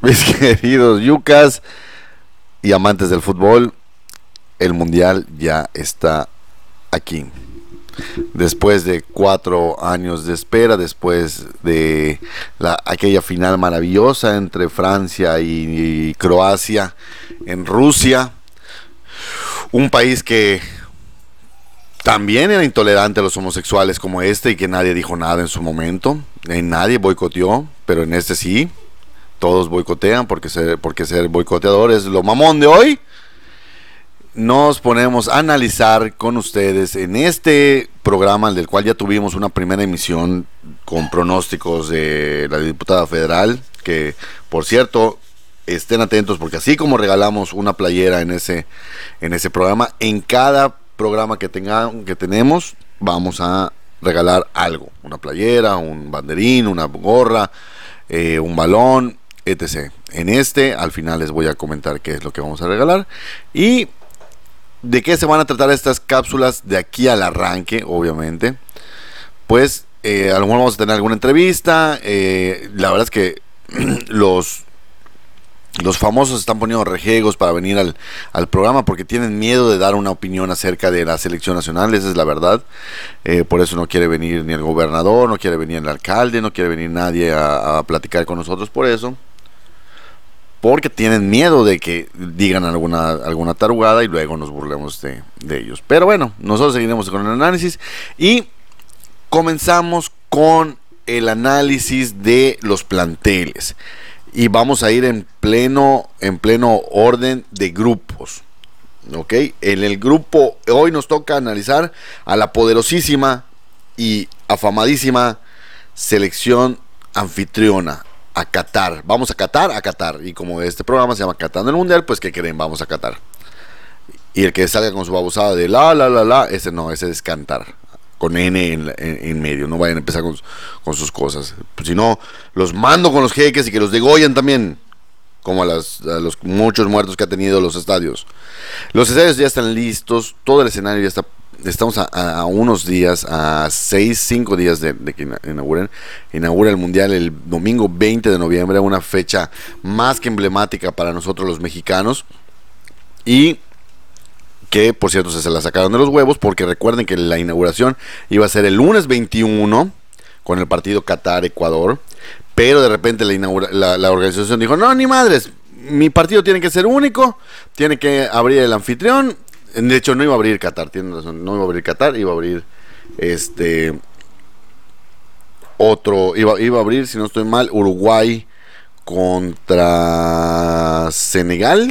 Mis queridos yucas y amantes del fútbol, el mundial ya está aquí. Después de 4 años de espera, después de aquella final maravillosa entre Francia y Croacia en Rusia, un país que también era intolerante a los homosexuales como este y que nadie dijo nada en su momento, nadie boicoteó, pero en este sí. Todos boicotean porque ser boicoteador es lo mamón de hoy. Nos ponemos a analizar con ustedes en este programa, del cual ya tuvimos una primera emisión con pronósticos de la diputada federal, que por cierto estén atentos porque así como regalamos una playera en ese programa, en cada programa que tenemos vamos a regalar algo, una playera, un banderín, una gorra, un balón, etc. En al final les voy a comentar qué es lo que vamos a regalar y de qué se van a tratar estas cápsulas de aquí al arranque, obviamente. Pues a lo mejor vamos a tener alguna entrevista. La verdad es que los famosos están poniendo rejegos para venir al programa porque tienen miedo de dar una opinión acerca de la selección nacional, esa es la verdad. Por eso no quiere venir ni el gobernador, no quiere venir el alcalde, no quiere venir nadie a platicar con nosotros por eso. Porque tienen miedo de que digan alguna tarugada y luego nos burlemos de ellos. Pero bueno, nosotros seguiremos con el análisis y comenzamos con el análisis de los planteles. Y vamos a ir en pleno orden de grupos. ¿Ok? En el grupo, hoy nos toca analizar a la poderosísima y afamadísima selección anfitriona, a Qatar. Vamos a Qatar. Y como este programa se llama Catando el Mundial, pues ¿qué creen? Vamos a Qatar. Y el que salga con su babosada de ese no, ese es cantar. Con N en medio. No vayan a empezar con sus cosas. Pues si no, los mando con los jeques y que los degollan también. Como a los muchos muertos que ha tenido los estadios. Los estadios ya están listos. Todo el escenario ya está. Estamos a unos días, a 5 días de que inauguren. Inaugura el Mundial el domingo 20 de noviembre, una fecha más que emblemática para nosotros los mexicanos. Y que, por cierto, se la sacaron de los huevos, porque recuerden que la inauguración iba a ser el lunes 21, con el partido Qatar-Ecuador. Pero de repente la organización dijo, no, ni madres, mi partido tiene que ser único, tiene que abrir el anfitrión. De hecho, no iba a abrir Qatar, tienen razón, no iba a abrir Qatar, iba a abrir iba a abrir, si no estoy mal, Uruguay contra Senegal.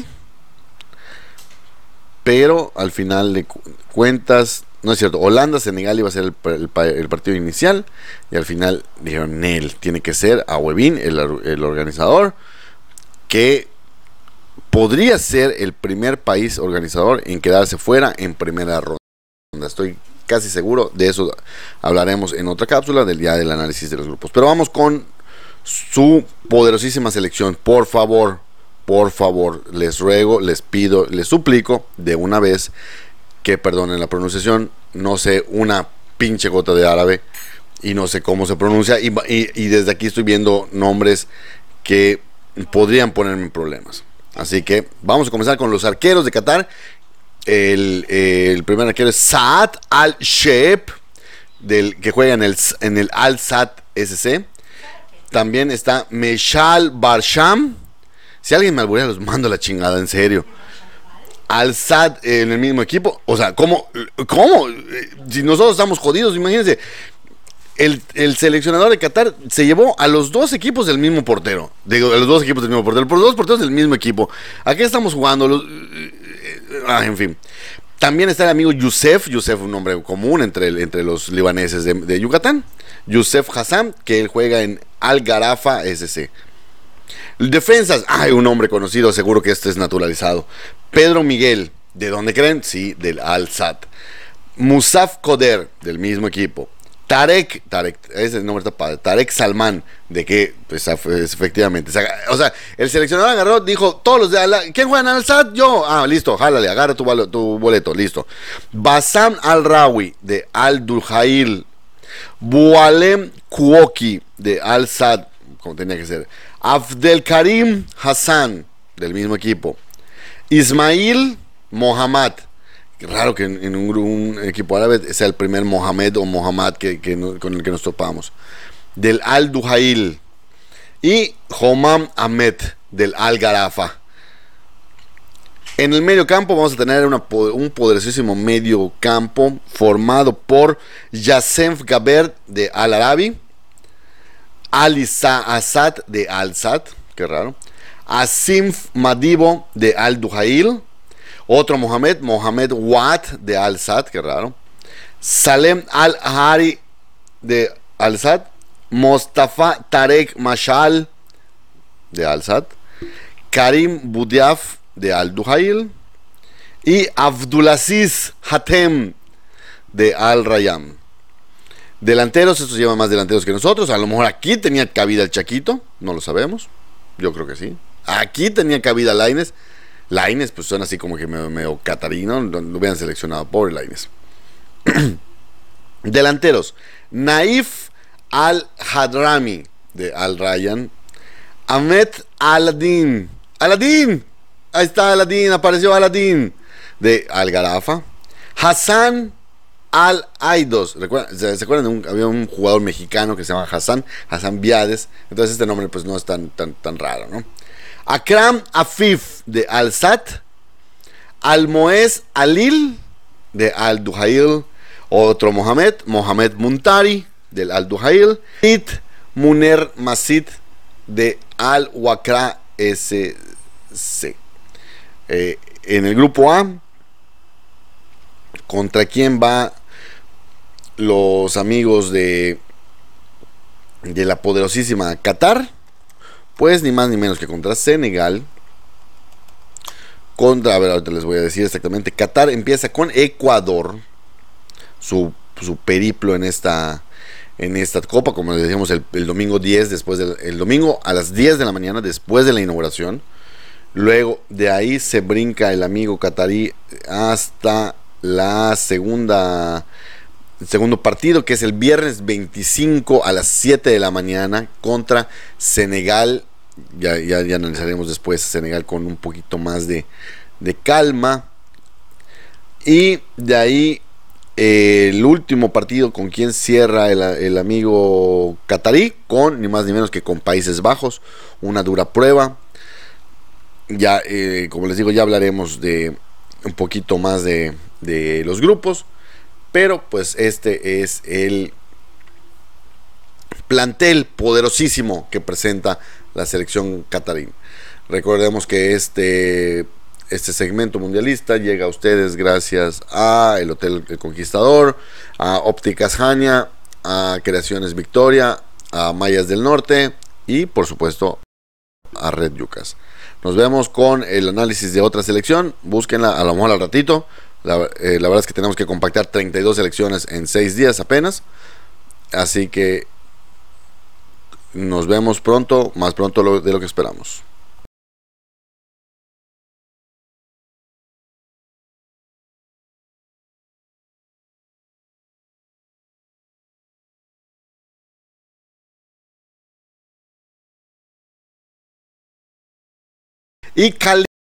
Pero al final de cuentas, no es cierto, Holanda-Senegal iba a ser el partido inicial. Y al final dijeron, tiene que ser a Huevín, el organizador, que podría ser el primer país organizador en quedarse fuera en primera ronda. Estoy casi seguro, de eso hablaremos en otra cápsula del día del análisis de los grupos. Pero vamos con su poderosísima selección. Por favor, les ruego, les pido, les suplico de una vez que perdonen la pronunciación. No sé una pinche gota de árabe y no sé cómo se pronuncia. Y desde aquí estoy viendo nombres que podrían ponerme en problemas. Así que vamos a comenzar con los arqueros de Qatar. El primer arquero es Saad Al-Sheeb, que juega en el Al-Sadd SC. También está Meshal Barsham. Si alguien me alburea, los mando a la chingada, en serio. Al-Sadd en el mismo equipo. O sea, ¿cómo? Si nosotros estamos jodidos, imagínense. El seleccionador de Qatar se llevó a los dos equipos del mismo portero. Digo, a los dos equipos del mismo portero. Por los dos porteros del mismo equipo. ¿A qué estamos jugando? En fin. También está el amigo Youssef, un nombre común entre los libaneses de Yucatán. Youssef Hassan, que él juega en Al-Gharafa SC. Defensas, un nombre conocido, seguro que este es naturalizado. Pedro Miguel, ¿de dónde creen? Sí, del Al-Sadd. Musaf Koder, del mismo equipo. Tarek, ese nombre está padre. Tarek Salman, de que, pues efectivamente. O sea, el seleccionador agarró, dijo, todos los de ¿quién juega en Al-Sadd? Yo. Listo, jálale, agarra tu boleto, listo. Bassam Al-Rawi, de Al-Duhail. Boualem Kouoki, de Al-Sadd, como tenía que ser. Abdelkarim Hassan, del mismo equipo. Ismail Mohammad. Raro que en un equipo árabe sea el primer Mohamed o Mohammad con el que nos topamos. Del Al Duhail. Y Homam Ahmed, del Al Gharafa. En el medio campo vamos a tener un poderosísimo medio campo formado por Yassem Gaber de Al Arabi, Ali Asad de Al Sad, qué raro, Asimf Madibo de Al Duhail, otro Mohamed Watt de Al Sad, qué raro, Salem Al Hari de Al Sad, Mostafa Tarek Mashal de Al Sad, Karim Boudiaf de Al Duhail y Abdulaziz Hatem de Al Rayyan. Delanteros, estos llevan más delanteros que nosotros. A lo mejor aquí tenía cabida el Chaquito, no lo sabemos. Yo creo que sí. Aquí tenía cabida Lainez. Lainez, pues suena así como que medio catarino. Lo hubieran seleccionado, pobre Lainez. Delanteros: Naif Al-Hadrami de Al Rayyan, Ahmed Aladin. Ahí está Aladín, apareció Aladín de Al Gharafa. Hassan Al-Aidos. ¿Se acuerdan había un jugador mexicano que se llama Hassan Viades? Entonces este nombre pues no es tan raro, ¿no? Akram Afif de Al Sat. Almoez Alil de Al Duhail. Otro Mohamed Muntari del Al Duhail. It Muner Masid de Al Wakra SC. En el grupo A, ¿contra quién va los amigos de la poderosísima Qatar? Pues ni más ni menos que contra Senegal. A ver, ahorita les voy a decir exactamente. Qatar empieza con Ecuador su periplo en esta copa, como les decíamos, el domingo 10, el domingo a las 10 de la mañana, después de la inauguración. Luego de ahí se brinca el amigo catarí hasta el segundo partido, que es el viernes 25 a las 7 de la mañana contra Senegal. Ya analizaremos después Senegal con un poquito más de calma. Y de ahí el último partido con quien cierra el amigo catarí, con ni más ni menos que con Países Bajos, una dura prueba. Ya, como les digo, ya hablaremos de un poquito más de los grupos, pero pues este es el plantel poderosísimo que presenta la selección catarí. Recordemos que este segmento mundialista llega a ustedes gracias a el Hotel El Conquistador, a Ópticas Jania, a Creaciones Victoria, a Mayas del Norte y por supuesto a Red Yucas. Nos vemos con el análisis de otra selección. Búsquenla a lo mejor al ratito. La verdad es que tenemos que compactar 32 selecciones en 6 días apenas. Así que nos vemos pronto, más pronto de lo que esperamos. Y